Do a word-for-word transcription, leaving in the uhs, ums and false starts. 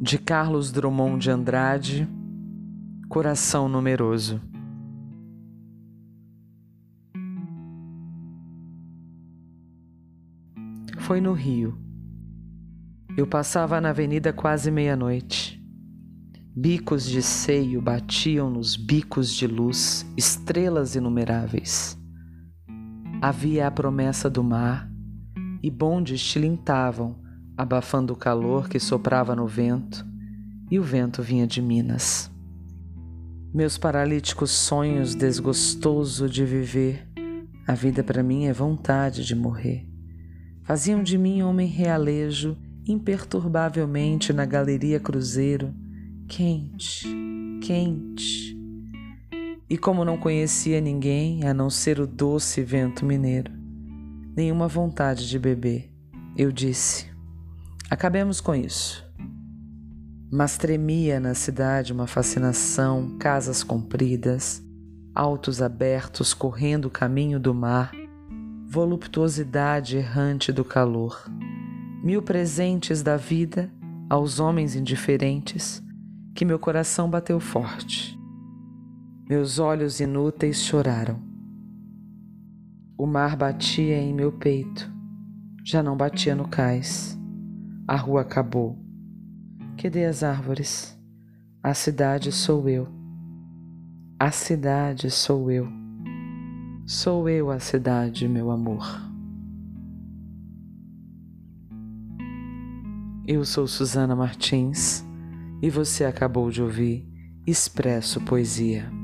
de Carlos Drummond de Andrade, Coração Numeroso. Foi no Rio. Eu passava na avenida quase meia-noite. Bicos de seio batiam nos bicos de luz, estrelas inumeráveis. Havia a promessa do mar, e bondes tilintavam, abafando o calor que soprava no vento, e o vento vinha de Minas. Meus paralíticos sonhos, desgostoso de viver, a vida para mim é vontade de morrer, faziam de mim homem realejo, imperturbavelmente na galeria cruzeiro, quente, quente. E como não conhecia ninguém, a não ser o doce vento mineiro, nenhuma vontade de beber, eu disse, acabemos com isso. Mas tremia na cidade uma fascinação, casas compridas, altos abertos correndo o caminho do mar, voluptuosidade errante do calor, mil presentes da vida aos homens indiferentes, que meu coração bateu forte. Meus olhos inúteis choraram. O mar batia em meu peito, já não batia no cais. A rua acabou. Cadê as árvores? A cidade sou eu. A cidade sou eu. Sou eu a cidade, meu amor. Eu sou Susana Martins e você acabou de ouvir Expresso Poesia.